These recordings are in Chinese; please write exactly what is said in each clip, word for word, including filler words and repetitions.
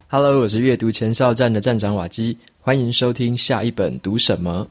Hello， 我是阅读前哨站的站长瓦基，欢迎收听下一本读什么。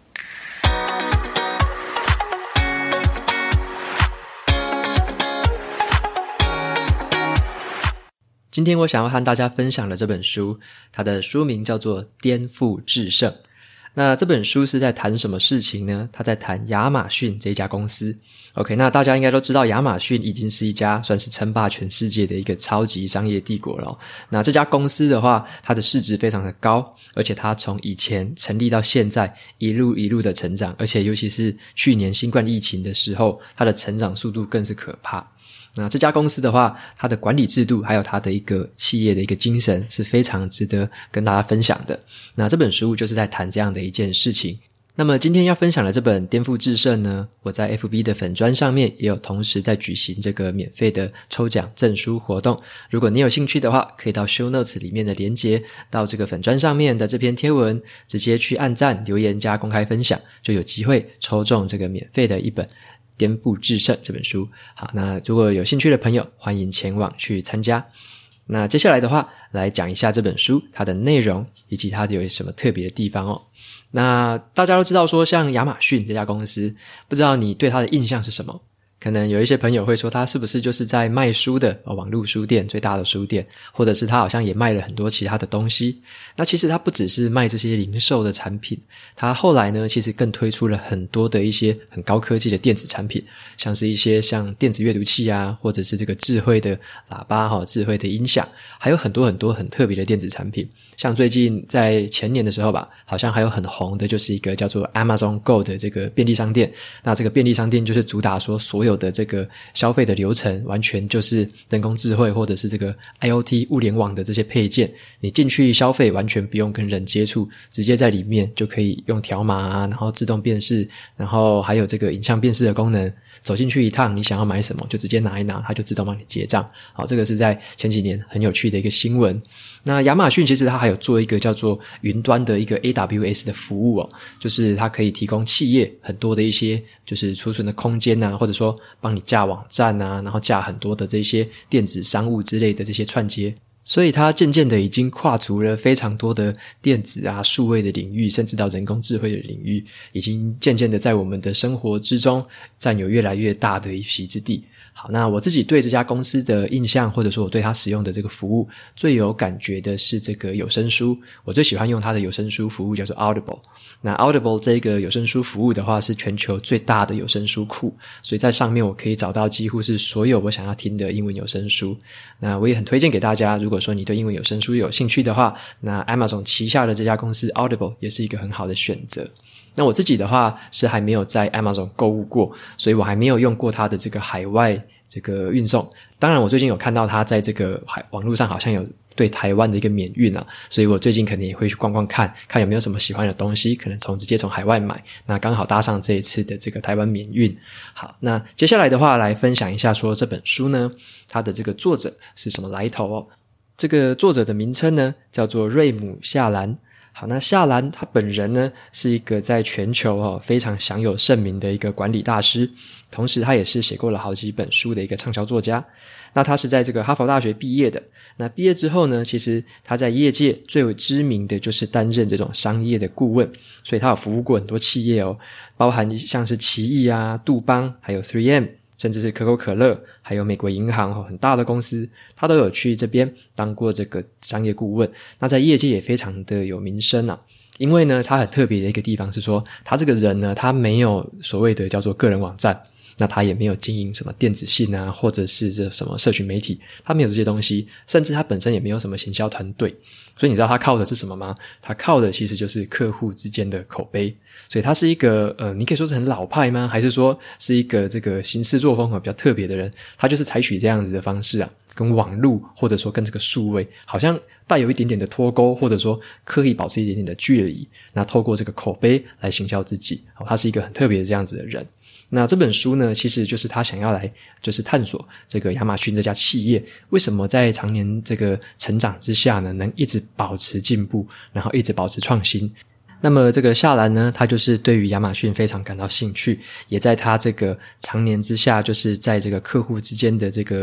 今天我想要和大家分享的这本书，它的书名叫做《颠覆制胜》。那这本书是在谈什么事情呢？他在谈亚马逊这家公司。OK， 那大家应该都知道亚马逊已经是一家算是称霸全世界的一个超级商业帝国了哦。那这家公司的话，它的市值非常的高，而且它从以前成立到现在一路一路的成长，而且尤其是去年新冠疫情的时候，它的成长速度更是可怕。那这家公司的话，它的管理制度还有它的一个企业的一个精神是非常值得跟大家分享的。那这本书就是在谈这样的一件事情。那么今天要分享的这本《颠覆制胜》呢，我在 F B 的粉专上面也有同时在举行这个免费的抽奖证书活动。如果你有兴趣的话，可以到 show notes 里面的连结，到这个粉专上面的这篇贴文，直接去按赞、留言加公开分享，就有机会抽中这个免费的一本颠覆制胜这本书。好，那如果有兴趣的朋友，欢迎前往去参加。那接下来的话，来讲一下这本书它的内容以及它有什么特别的地方哦。那大家都知道说，像亚马逊这家公司，不知道你对它的印象是什么？可能有一些朋友会说，他是不是就是在卖书的、哦、网络书店，最大的书店，或者是他好像也卖了很多其他的东西。那其实他不只是卖这些零售的产品，他后来呢，其实更推出了很多的一些很高科技的电子产品，像是一些像电子阅读器啊，或者是这个智慧的喇叭、哦、智慧的音响，还有很多很多很特别的电子产品。像最近在前年的时候吧，好像还有很红的就是一个叫做 Amazon Go 的这个便利商店。那这个便利商店就是主打说所有的这个消费的流程完全就是人工智慧或者是这个 I O T 物联网的这些配件，你进去消费完全不用跟人接触，直接在里面就可以用条码啊，然后自动辨识，然后还有这个影像辨识的功能，走进去一趟你想要买什么就直接拿一拿，它就自动帮你结账。好，这个是在前几年很有趣的一个新闻。那亚马逊其实它还有做一个叫做云端的一个 A W S 的服务哦，就是它可以提供企业很多的一些就是储存的空间啊，或者说帮你架网站啊，然后架很多的这些电子商务之类的这些串接。所以它渐渐的已经跨足了非常多的电子啊、数位的领域，甚至到人工智慧的领域，已经渐渐的在我们的生活之中占有越来越大的一席之地。好，那我自己对这家公司的印象，或者说我对它使用的这个服务最有感觉的是这个有声书。我最喜欢用它的有声书服务叫做 Audible。那 Audible 这个有声书服务的话是全球最大的有声书库，所以在上面我可以找到几乎是所有我想要听的英文有声书。那我也很推荐给大家，如果说你对英文有声书有兴趣的话，那 Amazon 旗下的这家公司 Audible 也是一个很好的选择。那我自己的话是还没有在 Amazon 购物过，所以我还没有用过它的这个海外这个运送。当然我最近有看到它在这个海网络上好像有对台湾的一个免运啊，所以我最近可能也会去逛逛看，看有没有什么喜欢的东西，可能从直接从海外买，那刚好搭上这一次的这个台湾免运。好，那接下来的话来分享一下说这本书呢，它的这个作者是什么来头哦。这个作者的名称呢叫做瑞姆夏兰。好，那夏兰他本人呢是一个在全球哦非常享有盛名的一个管理大师，同时他也是写过了好几本书的一个畅销作家。那他是在这个哈佛大学毕业的，那毕业之后呢，其实他在业界最为知名的就是担任这种商业的顾问，所以他有服务过很多企业哦，包含像是奇异啊、杜邦，还有 三 M， 甚至是可口可乐，还有美国银行很大的公司，他都有去这边当过这个商业顾问。那在业界也非常的有名声啊，因为呢他很特别的一个地方是说，他这个人呢他没有所谓的叫做个人网站，那他也没有经营什么电子信啊，或者是这什么社群媒体，他没有这些东西，甚至他本身也没有什么行销团队。所以你知道他靠的是什么吗？他靠的其实就是客户之间的口碑。所以他是一个呃，你可以说是很老派吗？还是说是一个这个行事作风比较特别的人？他就是采取这样子的方式啊，跟网路或者说跟这个数位好像带有一点点的脱钩，或者说刻意保持一点点的距离，那透过这个口碑来行销自己。哦，他是一个很特别的这样子的人。那这本书呢，其实就是他想要来就是探索这个亚马逊这家企业为什么在常年这个成长之下呢，能一直保持进步，然后一直保持创新。那么这个夏兰呢，他就是对于亚马逊非常感到兴趣，也在他这个常年之下，就是在这个客户之间的这个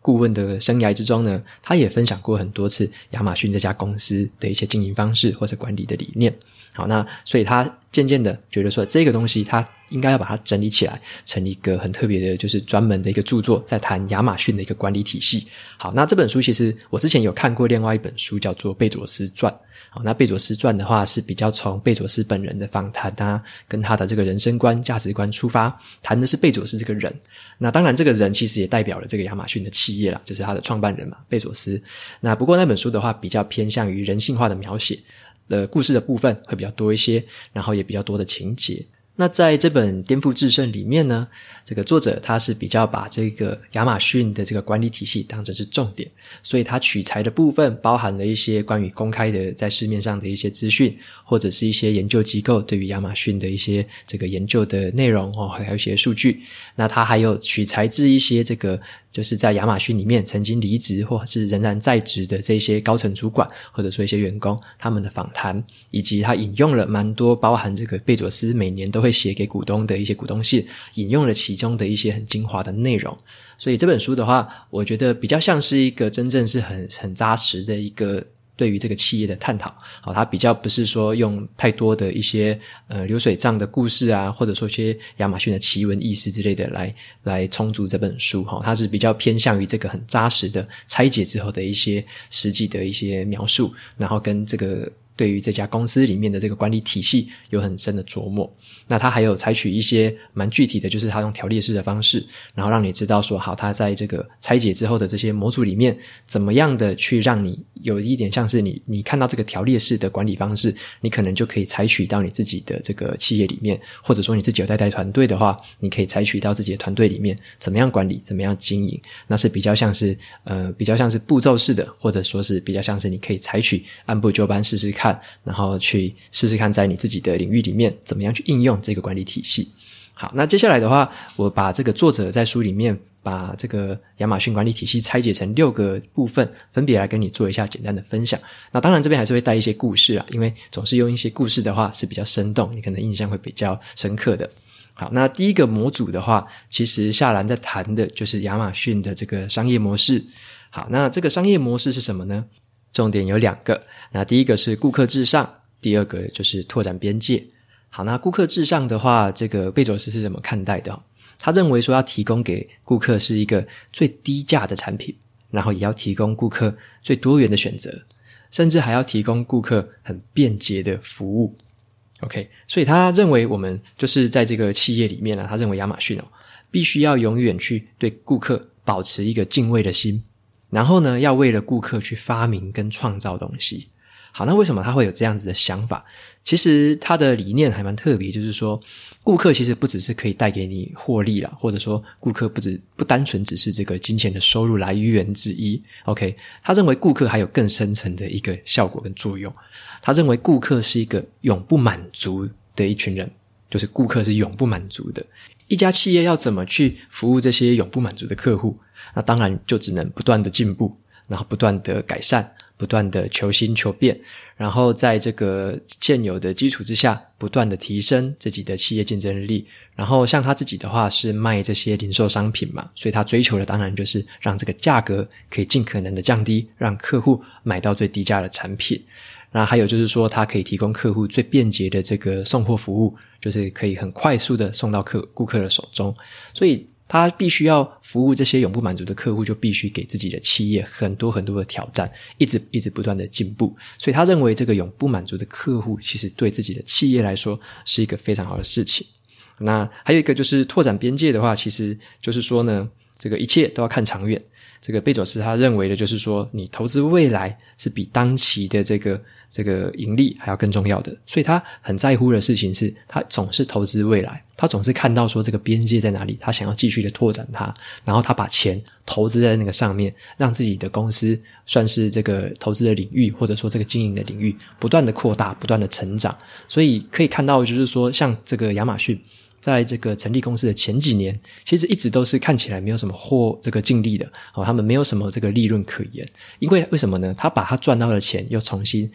顾问的生涯之中呢，他也分享过很多次亚马逊这家公司的一些经营方式或者管理的理念。好，那所以他渐渐的觉得说这个东西他应该要把它整理起来成一个很特别的，就是专门的一个著作，在谈亚马逊的一个管理体系。好，那这本书其实我之前有看过另外一本书叫做贝佐斯传。好，那贝佐斯传的话是比较从贝佐斯本人的访谈啊，跟他的这个人生观价值观出发，谈的是贝佐斯这个人。那当然这个人其实也代表了这个亚马逊的企业啦，就是他的创办人嘛，贝佐斯。那不过那本书的话比较偏向于人性化的描写，的故事的部分会比较多一些，然后也比较多的情节。那在这本颠覆制胜里面呢，这个作者他是比较把这个亚马逊的这个管理体系当成是重点，所以他取材的部分包含了一些关于公开的在市面上的一些资讯，或者是一些研究机构对于亚马逊的一些这个研究的内容哦，还有一些数据。那他还有取材自一些这个就是在亚马逊里面曾经离职或是仍然在职的这些高层主管，或者说一些员工他们的访谈，以及他引用了蛮多包含这个贝佐斯每年都会写给股东的一些股东信，引用了其中的一些很精华的内容。所以这本书的话，我觉得比较像是一个真正是很很扎实的一个对于这个企业的探讨。好，它比较不是说用太多的一些呃流水账的故事啊，或者说一些亚马逊的奇闻异事之类的来来充足这本书。好，它是比较偏向于这个很扎实的拆解之后的一些实际的一些描述，然后跟这个对于这家公司里面的这个管理体系有很深的琢磨。那他还有采取一些蛮具体的，就是他用条列式的方式，然后让你知道说好他在这个拆解之后的这些模组里面怎么样的去让你有一点像是你你看到这个条列式的管理方式，你可能就可以采取到你自己的这个企业里面，或者说你自己有在带团队的话，你可以采取到自己的团队里面怎么样管理怎么样经营。那是比较像是呃比较像是步骤式的，或者说是比较像是你可以采取按部就班试试看，然后去试试看在你自己的领域里面怎么样去应用这个管理体系。好，那接下来的话，我把这个作者在书里面把这个亚马逊管理体系拆解成六个部分，分别来跟你做一下简单的分享。那当然这边还是会带一些故事啦，因为总是用一些故事的话是比较生动，你可能印象会比较深刻的。好，那第一个模组的话，其实夏兰在谈的就是亚马逊的这个商业模式。好，那这个商业模式是什么呢？重点有两个，那第一个是顾客至上，第二个就是拓展边界。好，那顾客至上的话，这个贝佐斯是怎么看待的？他认为说要提供给顾客是一个最低价的产品，然后也要提供顾客最多元的选择，甚至还要提供顾客很便捷的服务。OK， 所以他认为我们就是在这个企业里面啊，他认为亚马逊哦，必须要永远去对顾客保持一个敬畏的心，然后呢，要为了顾客去发明跟创造东西。好，那为什么他会有这样子的想法？其实他的理念还蛮特别，就是说顾客其实不只是可以带给你获利啦，或者说顾客不只不单纯只是这个金钱的收入来源之一。 OK， 他认为顾客还有更深层的一个效果跟作用。他认为顾客是一个永不满足的一群人，就是顾客是永不满足的。一家企业要怎么去服务这些永不满足的客户？那当然就只能不断的进步，然后不断的改善，不断的求新求变，然后在这个现有的基础之下不断的提升自己的企业竞争力。然后像他自己的话是卖这些零售商品嘛，所以他追求的当然就是让这个价格可以尽可能的降低，让客户买到最低价的产品。那还有就是说他可以提供客户最便捷的这个送货服务，就是可以很快速的送到客顾客的手中。所以他必须要服务这些永不满足的客户，就必须给自己的企业很多很多的挑战，一直一直不断的进步。所以他认为这个永不满足的客户其实对自己的企业来说是一个非常好的事情。那还有一个就是拓展边界的话，其实就是说呢，这个一切都要看长远。这个贝佐斯他认为的就是说，你投资未来是比当期的这个这个盈利还要更重要的。所以他很在乎的事情是，他总是投资未来，他总是看到说这个边界在哪里，他想要继续的拓展它，然后他把钱投资在那个上面，让自己的公司算是这个投资的领域，或者说这个经营的领域不断的扩大，不断的成长。所以可以看到就是说，像这个亚马逊在这个成立公司的前几年，其实一直都是看起来没有什么获这个净利的哦，他们没有什么这个利润可言。因为为什么呢？他把他赚到的钱又重新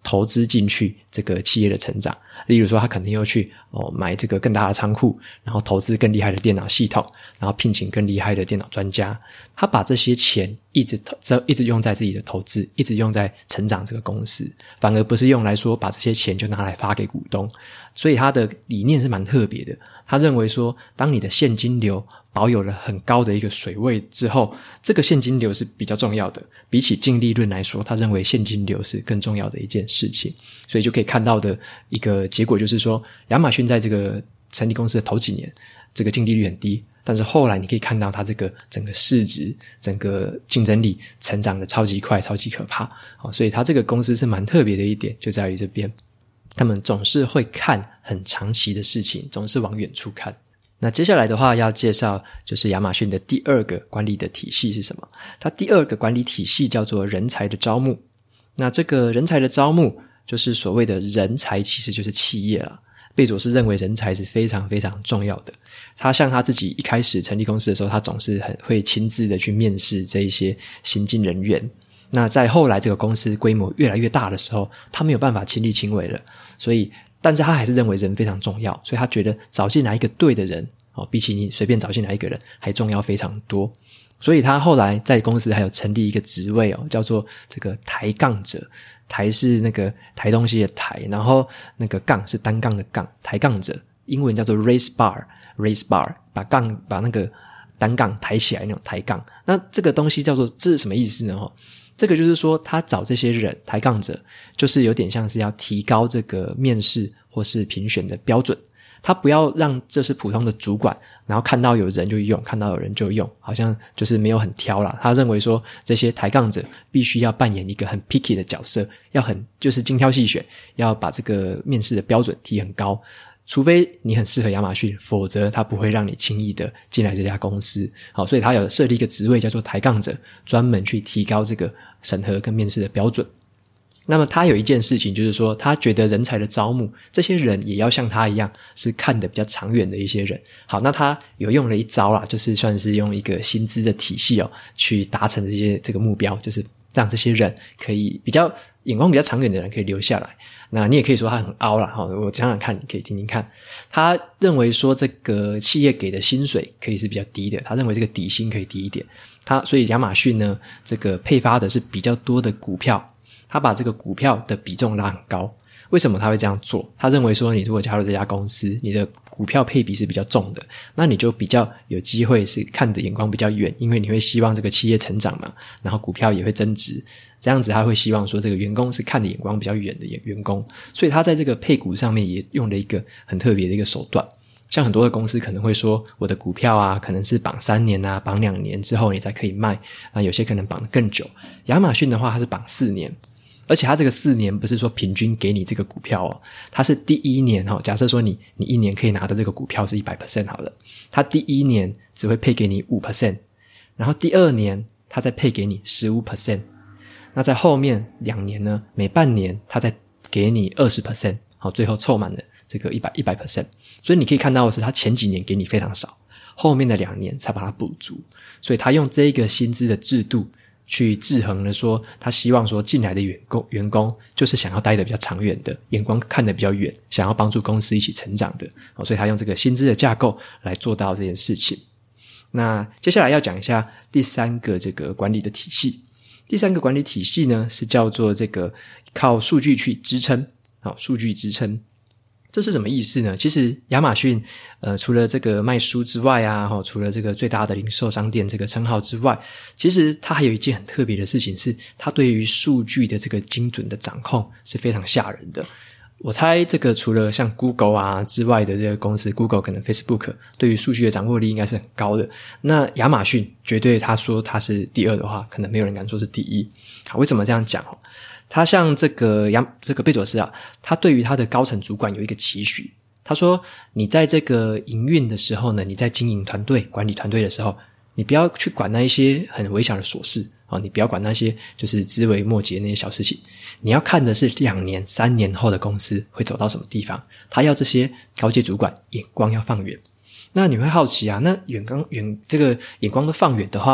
投资进去这个企业的成长。例如说他可能又去哦买这个更大的仓库，然后投资更厉害的电脑系统，然后聘请更厉害的电脑专家。他把这些钱一直投一直用在自己的投资，一直用在成长这个公司，反而不是用来说把这些钱就拿来发给股东。所以他的理念是蛮特别的，他认为说当你的现金流保有了很高的一个水位之后，这个现金流是比较重要的，比起净利润来说，他认为现金流是更重要的一件事情。所以就可以看到的一个结果就是说，亚马逊在这个成立公司的头几年，这个净利率很低，但是后来你可以看到它这个整个市值，整个竞争力成长的超级快，超级可怕。所以它这个公司是蛮特别的一点，就在于这边他们总是会看很长期的事情，总是往远处看。那接下来的话要介绍就是亚马逊的第二个管理的体系是什么。它第二个管理体系叫做人才的招募。那这个人才的招募就是所谓的人才，其实就是企业啦。贝佐斯认为人才是非常非常重要的。他像他自己一开始成立公司的时候，他总是很会亲自的去面试这一些新进人员。那在后来这个公司规模越来越大的时候，他没有办法亲力亲为了，所以但是他还是认为人非常重要，所以他觉得找进来一个对的人哦，比起你随便找进来一个人还重要非常多。所以他后来在公司还有成立一个职位哦，叫做这个抬杠者。抬是那个抬东西的抬，然后那个杠是单杠的杠，抬杠者英文叫做 raise bar raise bar， 把杠把那个单杠抬起来那种抬杠。那这个东西叫做这是什么意思呢？哦，这个就是说他找这些人抬杠者，就是有点像是要提高这个面试或是评选的标准。他不要让这是普通的主管，然后看到有人就用，看到有人就用，好像就是没有很挑啦。他认为说这些抬杠者必须要扮演一个很 picky 的角色，要很就是精挑细选，要把这个面试的标准提很高。除非你很适合亚马逊，否则他不会让你轻易的进来这家公司。好，所以他有设立一个职位叫做抬杠者，专门去提高这个审核跟面试的标准。那么他有一件事情就是说，他觉得人才的招募，这些人也要像他一样是看得比较长远的一些人。好，那他有用了一招啦，就是算是用一个薪资的体系哦，去达成这些这个目标，就是让这些人可以比较眼光比较长远的人可以留下来。那你也可以说他很凹啦，我想想看，你可以听听看。他认为说这个企业给的薪水可以是比较低的，他认为这个底薪可以低一点。他所以亚马逊呢，这个配发的是比较多的股票。他把这个股票的比重拉很高。为什么他会这样做？他认为说你如果加入这家公司，你的股票配比是比较重的，那你就比较有机会是看的眼光比较远，因为你会希望这个企业成长嘛，然后股票也会增值，这样子他会希望说这个员工是看的眼光比较远的员工，所以他在这个配股上面也用了一个很特别的一个手段。像很多的公司可能会说我的股票啊可能是绑三年啊，绑两年之后你才可以卖，那有些可能绑得更久。亚马逊的话它是绑四年，而且它这个四年不是说平均给你这个股票哦，它是第一年哦，假设说你你一年可以拿的这个股票是 百分之百 好了，它第一年只会配给你 百分之五， 然后第二年它再配给你 百分之十五， 那在后面两年呢，每半年它再给你 百分之二十， 好，最后凑满了这个百分之百。所以你可以看到的是它前几年给你非常少，后面的两年才把它补足，所以他用这个薪资的制度去制衡了说他希望说进来的员工员工就是想要待得比较长远的，眼光看得比较远，想要帮助公司一起成长的，所以他用这个薪资的架构来做到这件事情。那接下来要讲一下第三个这个管理的体系。第三个管理体系呢是叫做这个靠数据去支撑，好，数据支撑。这是什么意思呢？其实亚马逊呃除了这个卖书之外啊，齁除了这个最大的零售商店这个称号之外，其实它还有一件很特别的事情，是它对于数据的这个精准的掌控是非常吓人的。我猜这个除了像 Google 啊之外的这个公司， Google 可能 Facebook 对于数据的掌握力应该是很高的，那亚马逊绝对他说他是第二的话，可能没有人敢说是第一。好，为什么这样讲？他像这个亚这个贝佐斯啊，他对于他的高层主管有一个期许，他说你在这个营运的时候呢，你在经营团队管理团队的时候，你不要去管那一些很微小的琐事，哦，你不要管那些就是枝微末节的那些小事情，你要看的是两年三年后的公司会走到什么地方，他要这些高阶主管眼光要放远。那你会好奇啊，那远光远这个眼光都放远的话，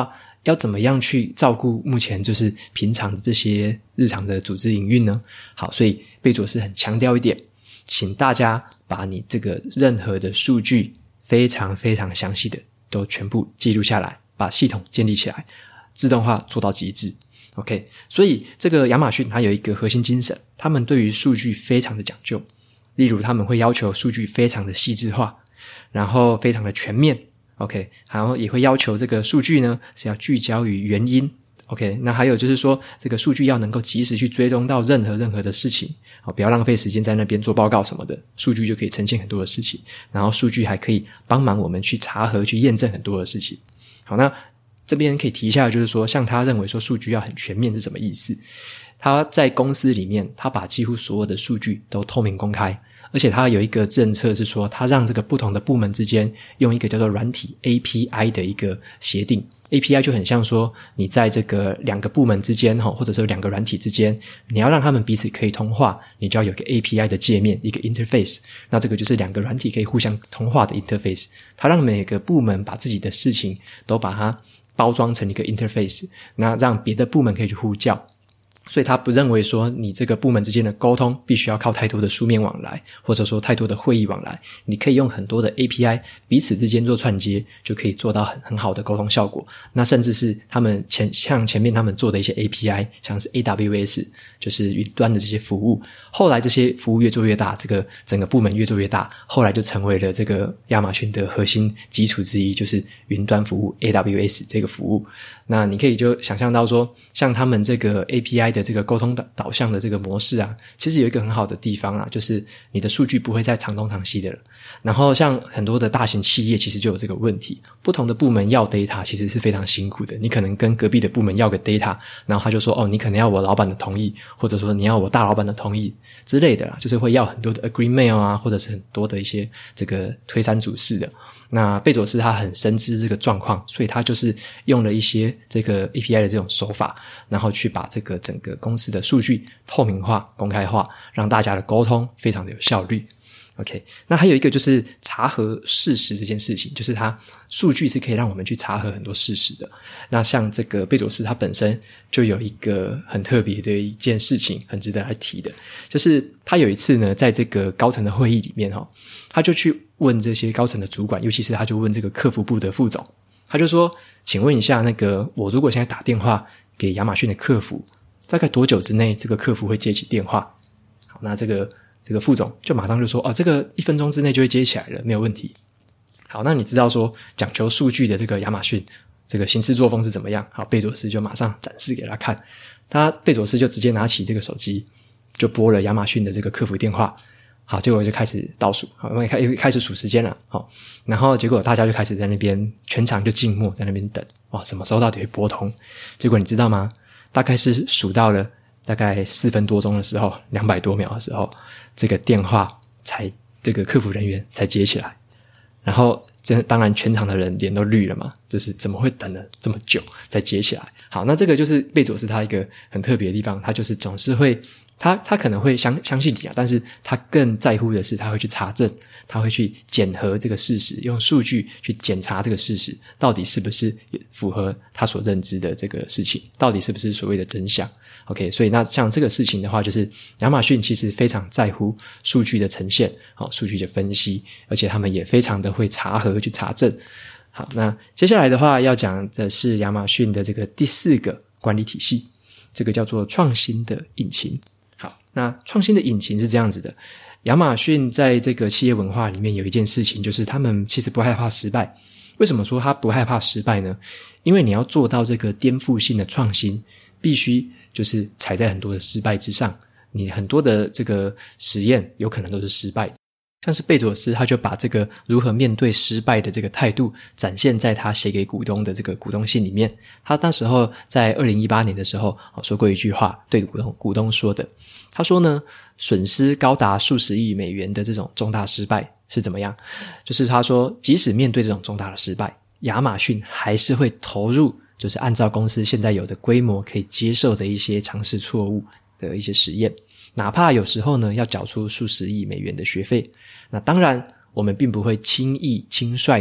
要怎么样去照顾目前就是平常的这些日常的组织营运呢？好，所以贝佐斯很强调一点，请大家把你这个任何的数据非常非常详细的都全部记录下来，把系统建立起来，自动化做到极致。OK， 所以这个亚马逊它有一个核心精神，他们对于数据非常的讲究，例如他们会要求数据非常的细致化，然后非常的全面。OK， 然后也会要求这个数据呢是要聚焦于原因。OK， 那还有就是说这个数据要能够及时去追踪到任何任何的事情，好，不要浪费时间在那边做报告什么的，数据就可以呈现很多的事情，然后数据还可以帮忙我们去查核去验证很多的事情。好，那这边可以提一下，就是说像他认为说数据要很全面是什么意思。他在公司里面他把几乎所有的数据都透明公开，而且他有一个政策是说他让这个不同的部门之间用一个叫做软体 A P I 的一个协定。 A P I 就很像说你在这个两个部门之间或者是两个软体之间，你要让他们彼此可以通话，你就要有一个 A P I 的界面，一个 interface， 那这个就是两个软体可以互相通话的 interface。 他让每个部门把自己的事情都把它包装成一个 interface， 那让别的部门可以去呼叫。所以他不认为说你这个部门之间的沟通必须要靠太多的书面往来，或者说太多的会议往来，你可以用很多的 A P I 彼此之间做串接，就可以做到很很好的沟通效果。那甚至是他们前像前面他们做的一些 A P I， 像是 A W S 就是云端的这些服务，后来这些服务越做越大，这个整个部门越做越大，后来就成为了这个亚马逊的核心基础之一，就是云端服务 A W S 这个服务。那你可以就想象到说，像他们这个 A P I 的这个沟通导向的这个模式啊，其实有一个很好的地方啊，就是你的数据不会再长东长西的了。然后像很多的大型企业其实就有这个问题，不同的部门要 data 其实是非常辛苦的，你可能跟隔壁的部门要个 data， 然后他就说哦，你可能要我老板的同意，或者说你要我大老板的同意之类的啦，就是会要很多的 agreement 啊，或者是很多的一些这个推三阻四的。那贝佐斯他很深知这个状况，所以他就是用了一些这个 A P I 的这种手法，然后去把这个整个公司的数据透明化公开化，让大家的沟通非常的有效率。OK， 那还有一个就是查核事实这件事情，就是它数据是可以让我们去查核很多事实的。那像这个贝佐斯他本身就有一个很特别的一件事情很值得来提的，就是他有一次呢在这个高层的会议里面齁，他就去问这些高层的主管，尤其是他就问这个客服部的副总，他就说请问一下，那个我如果现在打电话给亚马逊的客服，大概多久之内这个客服会接起电话？好，那这个这个副总就马上就说哦，这个一分钟之内就会接起来了，没有问题。好，那你知道说讲求数据的这个亚马逊这个行事作风是怎么样？好，贝佐斯就马上展示给他看，他贝佐斯就直接拿起这个手机就拨了亚马逊的这个客服电话。好，结果就开始倒数，好，开开始数时间了。好，然后结果大家就开始在那边全场就静默在那边等，哇，什么时候到底会拨通？结果你知道吗？大概是数到了大概四分多钟的时候，两百多秒的时候，这个电话才这个客服人员才接起来。然后这当然全场的人脸都绿了嘛，就是怎么会等了这么久才接起来？好，那这个就是贝佐斯他一个很特别的地方，他就是总是会他他可能会相相信你啊，但是他更在乎的是他会去查证，他会去检核这个事实，用数据去检查这个事实到底是不是符合他所认知的这个事情，到底是不是所谓的真相。 OK， 所以那像这个事情的话，就是亚马逊其实非常在乎数据的呈现，好，数据的分析，而且他们也非常的会查核去查证。好，那接下来的话要讲的是亚马逊的这个第四个管理体系，这个叫做创新的引擎。好，那创新的引擎是这样子的，亚马逊在这个企业文化里面有一件事情，就是他们其实不害怕失败。为什么说他不害怕失败呢？因为你要做到这个颠覆性的创新，必须就是踩在很多的失败之上，你很多的这个实验有可能都是失败的。像是贝佐斯他就把这个如何面对失败的这个态度展现在他写给股东的这个股东信里面。他那时候在二零一八年的时候说过一句话，对股东股东说的，他说呢，损失高达数十亿美元的这种重大失败是怎么样，就是他说即使面对这种重大的失败，亚马逊还是会投入，就是按照公司现在有的规模可以接受的一些尝试错误的一些实验，哪怕有时候呢要缴出数十亿美元的学费。那当然我们并不会轻易轻率的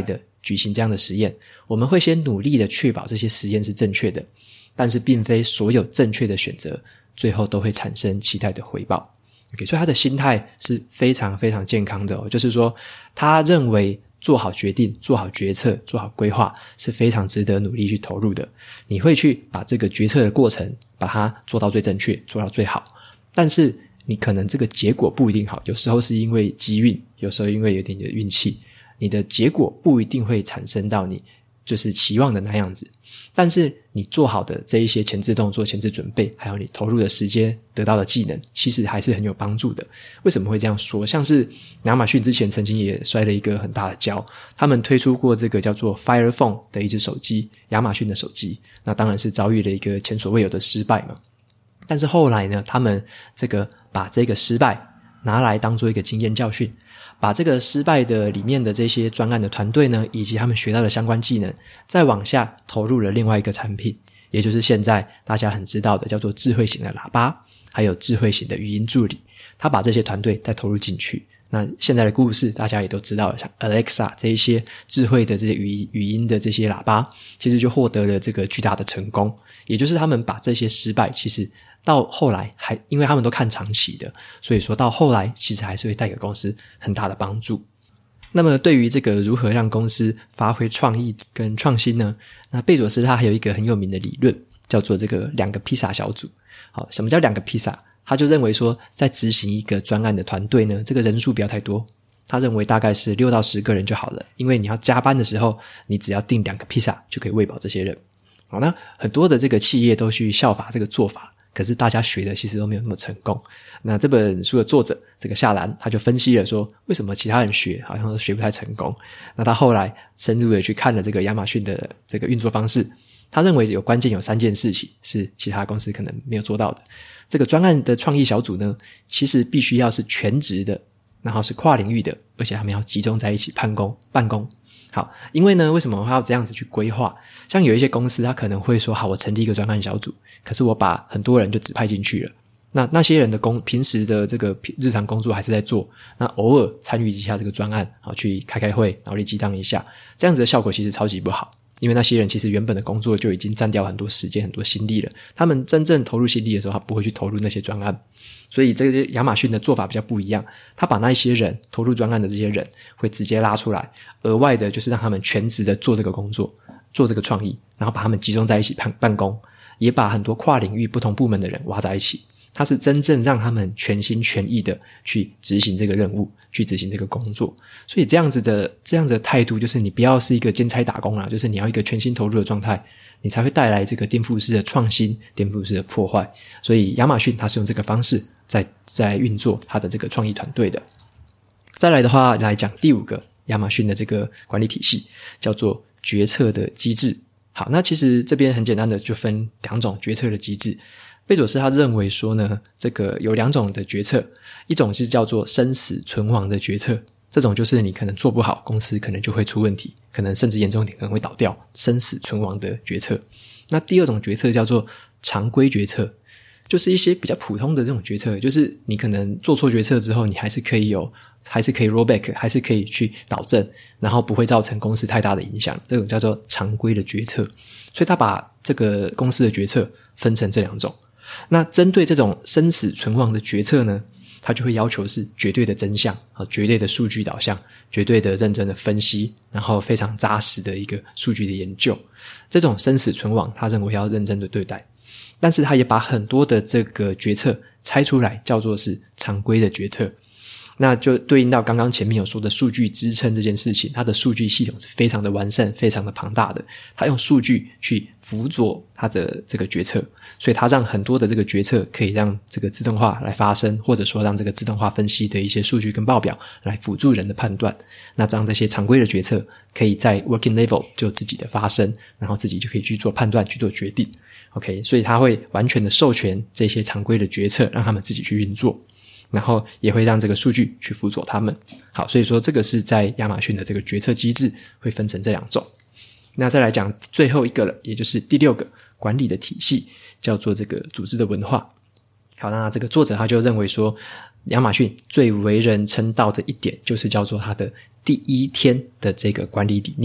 举行这样的实验，我们会先努力的确保这些实验是正确的，但是并非所有正确的选择最后都会产生期待的回报。Okay, 所以他的心态是非常非常健康的哦，就是说他认为做好决定、做好决策、做好规划是非常值得努力去投入的。你会去把这个决策的过程把它做到最正确，做到最好，但是你可能这个结果不一定好，有时候是因为机运，有时候因为有点点运气，你的结果不一定会产生到你就是期望的那样子，但是你做好的这一些前置动作、前置准备，还有你投入的时间得到的技能，其实还是很有帮助的。为什么会这样说？像是亚马逊之前曾经也摔了一个很大的跤，他们推出过这个叫做 Fire Phone 的一只手机，亚马逊的手机，那当然是遭遇了一个前所未有的失败嘛。但是后来呢，他们这个把这个失败拿来当做一个经验教训，把这个失败的里面的这些专案的团队呢，以及他们学到的相关技能，再往下投入了另外一个产品，也就是现在大家很知道的叫做智慧型的喇叭，还有智慧型的语音助理，他把这些团队再投入进去。那现在的故事大家也都知道了，像 Alexa 这一些智慧的这些语音语音的这些喇叭，其实就获得了这个巨大的成功，也就是他们把这些失败其实到后来还因为他们都看长期的，所以说到后来其实还是会带给公司很大的帮助。那么对于这个如何让公司发挥创意跟创新呢，那贝佐斯他还有一个很有名的理论，叫做这个两个披萨小组。好，什么叫两个披萨？他就认为说在执行一个专案的团队呢，这个人数不要太多，他认为大概是六到十个人就好了，因为你要加班的时候你只要订两个披萨就可以喂饱这些人。好，那很多的这个企业都去效法这个做法，可是大家学的其实都没有那么成功。那这本书的作者这个夏兰他就分析了说，为什么其他人学好像都学不太成功。那他后来深入的去看了这个亚马逊的这个运作方式，他认为有关键有三件事情是其他公司可能没有做到的。这个专案的创意小组呢，其实必须要是全职的，然后是跨领域的，而且他们要集中在一起办公办公。好，因为呢为什么我要这样子去规划，像有一些公司他可能会说，好，我成立一个专案小组，可是我把很多人就指派进去了，那那些人的工平时的这个日常工作还是在做，那偶尔参与一下这个专案，好，去开开会，脑力激荡一下，这样子的效果其实超级不好。因为那些人其实原本的工作就已经占掉很多时间很多心力了，他们真正投入心力的时候他不会去投入那些专案。所以这个亚马逊的做法比较不一样，他把那一些人投入专案的这些人会直接拉出来，额外的就是让他们全职的做这个工作，做这个创意，然后把他们集中在一起办公，也把很多跨领域不同部门的人挖在一起，他是真正让他们全心全意的去执行这个任务，去执行这个工作。所以这样子的这样子的态度，就是你不要是一个兼差打工啦，就是你要一个全心投入的状态，你才会带来这个颠覆式的创新，颠覆式的破坏。所以亚马逊它是用这个方式在在运作它的这个创意团队的。再来的话，来讲第五个亚马逊的这个管理体系，叫做决策的机制。好，那其实这边很简单的就分两种决策的机制。贝佐斯他认为说呢，这个有两种的决策，一种是叫做生死存亡的决策，这种就是你可能做不好，公司可能就会出问题，可能甚至严重一点可能会倒掉，生死存亡的决策。那第二种决策叫做常规决策，就是一些比较普通的这种决策，就是你可能做错决策之后，你还是可以有还是可以 roll back， 还是可以去导正，然后不会造成公司太大的影响，这种叫做常规的决策。所以他把这个公司的决策分成这两种。那针对这种生死存亡的决策呢，他就会要求是绝对的真相，绝对的数据导向，绝对的认真的分析，然后非常扎实的一个数据的研究。这种生死存亡他认为要认真的对待，但是他也把很多的这个决策拆出来叫做是常规的决策。那就对应到刚刚前面有说的数据支撑这件事情，它的数据系统是非常的完善，非常的庞大的，它用数据去辅佐它的这个决策，所以它让很多的这个决策可以让这个自动化来发生，或者说让这个自动化分析的一些数据跟报表来辅助人的判断。那让这些常规的决策可以在 working level 就自己的发生，然后自己就可以去做判断，去做决定。OK， 所以它会完全的授权这些常规的决策让他们自己去运作，然后也会让这个数据去辅佐他们。好，所以说这个是在亚马逊的这个决策机制会分成这两种。那再来讲最后一个了，也就是第六个管理的体系，叫做这个组织的文化。好，那这个作者他就认为说，亚马逊最为人称道的一点就是叫做他的第一天的这个管理理念。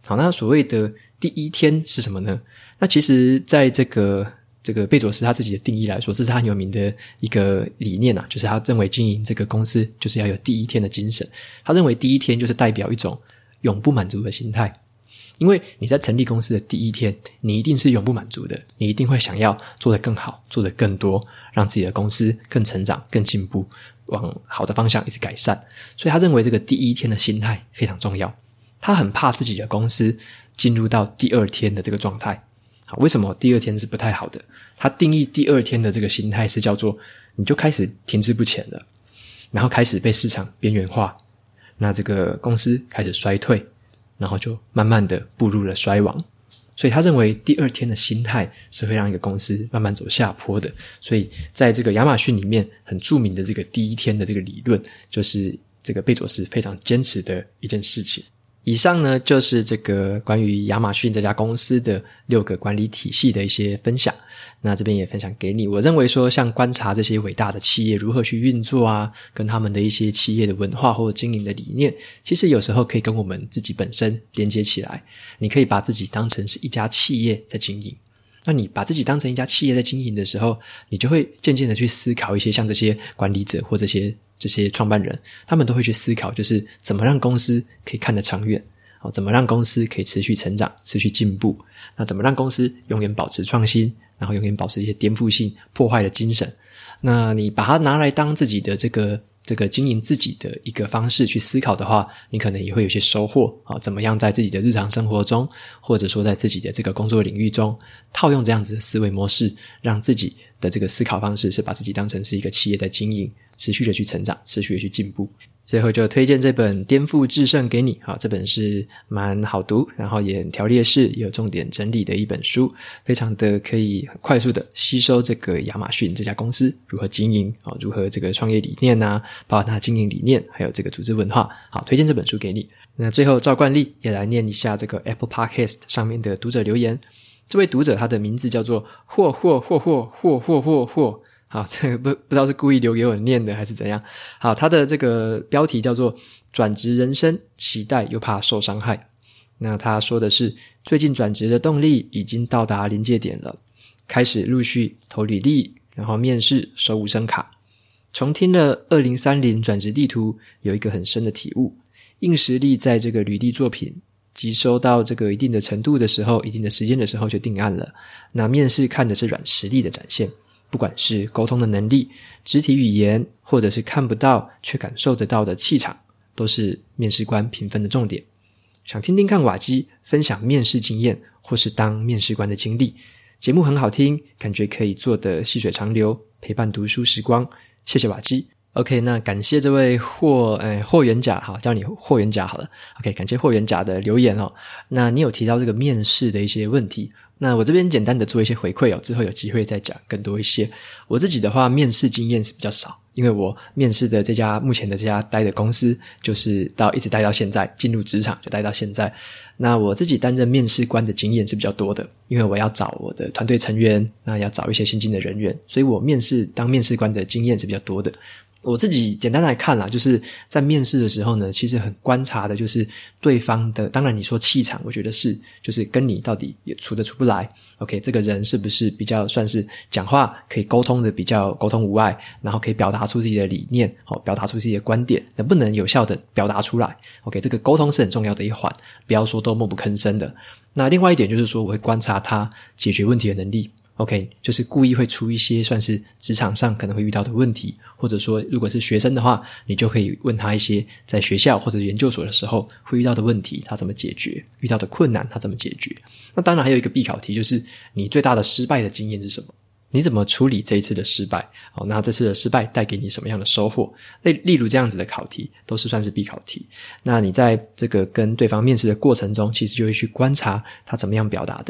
好，那所谓的第一天是什么呢？那其实在这个这个贝佐斯他自己的定义来说，这是他很有名的一个理念啊，就是他认为经营这个公司就是要有第一天的精神。他认为第一天就是代表一种永不满足的心态，因为你在成立公司的第一天，你一定是永不满足的，你一定会想要做得更好，做得更多，让自己的公司更成长、更进步，往好的方向一直改善。所以他认为这个第一天的心态非常重要。他很怕自己的公司进入到第二天的这个状态。好，为什么第二天是不太好的？他定义第二天的这个心态是叫做你就开始停滞不前了，然后开始被市场边缘化，那这个公司开始衰退，然后就慢慢的步入了衰亡。所以他认为第二天的心态是会让一个公司慢慢走下坡的。所以在这个亚马逊里面很著名的这个第一天的这个理论，就是这个贝佐斯非常坚持的一件事情。以上呢就是这个关于亚马逊这家公司的六个管理体系的一些分享，那这边也分享给你。我认为说像观察这些伟大的企业如何去运作啊，跟他们的一些企业的文化或者经营的理念，其实有时候可以跟我们自己本身连接起来。你可以把自己当成是一家企业在经营，那你把自己当成一家企业在经营的时候，你就会渐渐的去思考一些像这些管理者或这些这些创办人，他们都会去思考，就是怎么让公司可以看得长远，怎么让公司可以持续成长、持续进步，那怎么让公司永远保持创新，然后永远保持一些颠覆性、破坏的精神。那你把它拿来当自己的这个这个经营自己的一个方式去思考的话，你可能也会有些收获啊。怎么样在自己的日常生活中，或者说在自己的这个工作领域中，套用这样子的思维模式，让自己的这个思考方式是把自己当成是一个企业在经营，持续的去成长，持续的去进步。最后就推荐这本《颠覆制胜》给你，好，这本是蛮好读，然后也很条列式，也有重点整理的一本书，非常的可以很快速的吸收这个亚马逊这家公司如何经营，如何这个创业理念啊，包括它的经营理念，还有这个组织文化，好，推荐这本书给你。那最后照惯例也来念一下这个 Apple Podcast 上面的读者留言。这位读者他的名字叫做霍霍霍霍霍霍霍霍，好，这个不不知道是故意留给我念的还是怎样。好，他的这个标题叫做转职人生，期待又怕受伤害。那他说的是最近转职的动力已经到达临界点了，开始陆续投履历，然后面试，收无声卡。重听了二零三零转职地图，有一个很深的体悟，硬实力在这个履历作品集收到这个一定的程度的时候，一定的时间的时候就定案了。那面试看的是软实力的展现，不管是沟通的能力、肢体语言，或者是看不到却感受得到的气场，都是面试官评分的重点。想听听看瓦基分享面试经验，或是当面试官的经历。节目很好听，感觉可以做得细水长流，陪伴读书时光。谢谢瓦基。OK， 那感谢这位霍诶霍元甲，好，叫你霍元甲好了。OK， 感谢霍元甲的留言哦。那你有提到这个面试的一些问题，那我这边简单的做一些回馈哦，之后有机会再讲更多一些。我自己的话，面试经验是比较少，因为我面试的这家目前的这家待的公司，就是到一直待到现在，进入职场就待到现在。那我自己担任面试官的经验是比较多的，因为我要找我的团队成员，那要找一些新进的人员，所以我面试当面试官的经验是比较多的。我自己简单来看啦，就是在面试的时候呢，其实很观察的就是对方的，当然你说气场，我觉得是就是跟你到底也处得处不来 OK， 这个人是不是比较算是讲话可以沟通的比较沟通无碍，然后可以表达出自己的理念，表达出自己的观点，能不能有效的表达出来 OK， 这个沟通是很重要的一环，不要说都默不吭声的。那另外一点就是说，我会观察他解决问题的能力OK， 就是故意会出一些算是职场上可能会遇到的问题，或者说如果是学生的话，你就可以问他一些在学校或者研究所的时候会遇到的问题，他怎么解决，遇到的困难他怎么解决。那当然还有一个必考题，就是你最大的失败的经验是什么，你怎么处理这一次的失败，好，那这次的失败带给你什么样的收获，例如这样子的考题都是算是必考题。那你在这个跟对方面试的过程中，其实就会去观察他怎么样表达的，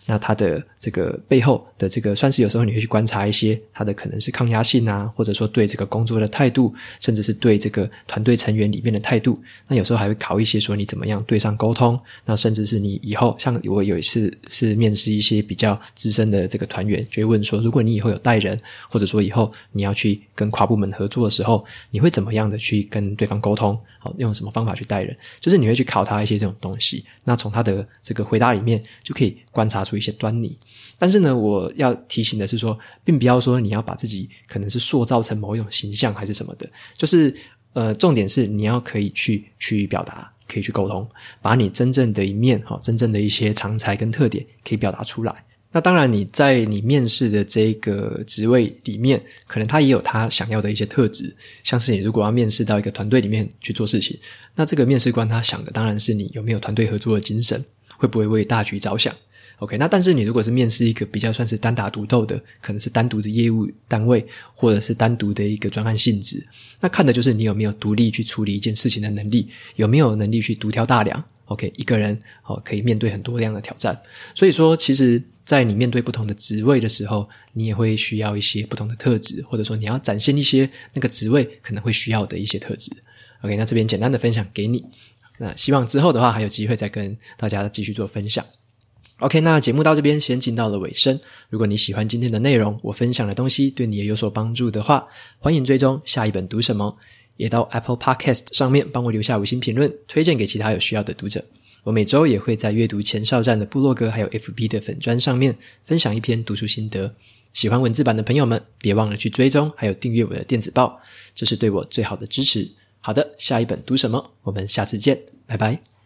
那它的这个背后的这个算是有时候你会去观察一些它的可能是抗压性啊，或者说对这个工作的态度，甚至是对这个团队成员里面的态度。那有时候还会考一些说你怎么样对上沟通，那甚至是你以后像我有一次是面试一些比较资深的这个团员，就会问说如果你以后有带人，或者说以后你要去跟跨部门合作的时候，你会怎么样的去跟对方沟通，好，用什么方法去带人，就是你会去考他一些这种东西。那从他的这个回答里面就可以观察出一些端倪。但是呢，我要提醒的是说，并不要说你要把自己可能是塑造成某一种形象还是什么的，就是呃，重点是你要可以去去表达，可以去沟通，把你真正的一面，好，真正的一些长才跟特点可以表达出来。那当然你在你面试的这个职位里面，可能他也有他想要的一些特质，像是你如果要面试到一个团队里面去做事情，那这个面试官他想的当然是你有没有团队合作的精神，会不会为大局着想。OK， 那但是你如果是面试一个比较算是单打独斗的，可能是单独的业务单位，或者是单独的一个专案性质，那看的就是你有没有独立去处理一件事情的能力，有没有能力去独挑大梁。OK， 一个人哦可以面对很多样的挑战。所以说其实在你面对不同的职位的时候，你也会需要一些不同的特质，或者说你要展现一些那个职位可能会需要的一些特质。OK， 那这边简单的分享给你，那希望之后的话还有机会再跟大家继续做分享。OK， 那节目到这边先进到了尾声。如果你喜欢今天的内容，我分享的东西对你也有所帮助的话，欢迎追踪下一本读什么，也到 Apple Podcast 上面帮我留下五星评论，推荐给其他有需要的读者。我每周也会在阅读前哨站的部落格还有 F B 的粉专上面分享一篇读书心得。喜欢文字版的朋友们，别忘了去追踪还有订阅我的电子报，这是对我最好的支持。好的，下一本读什么，我们下次见，拜拜。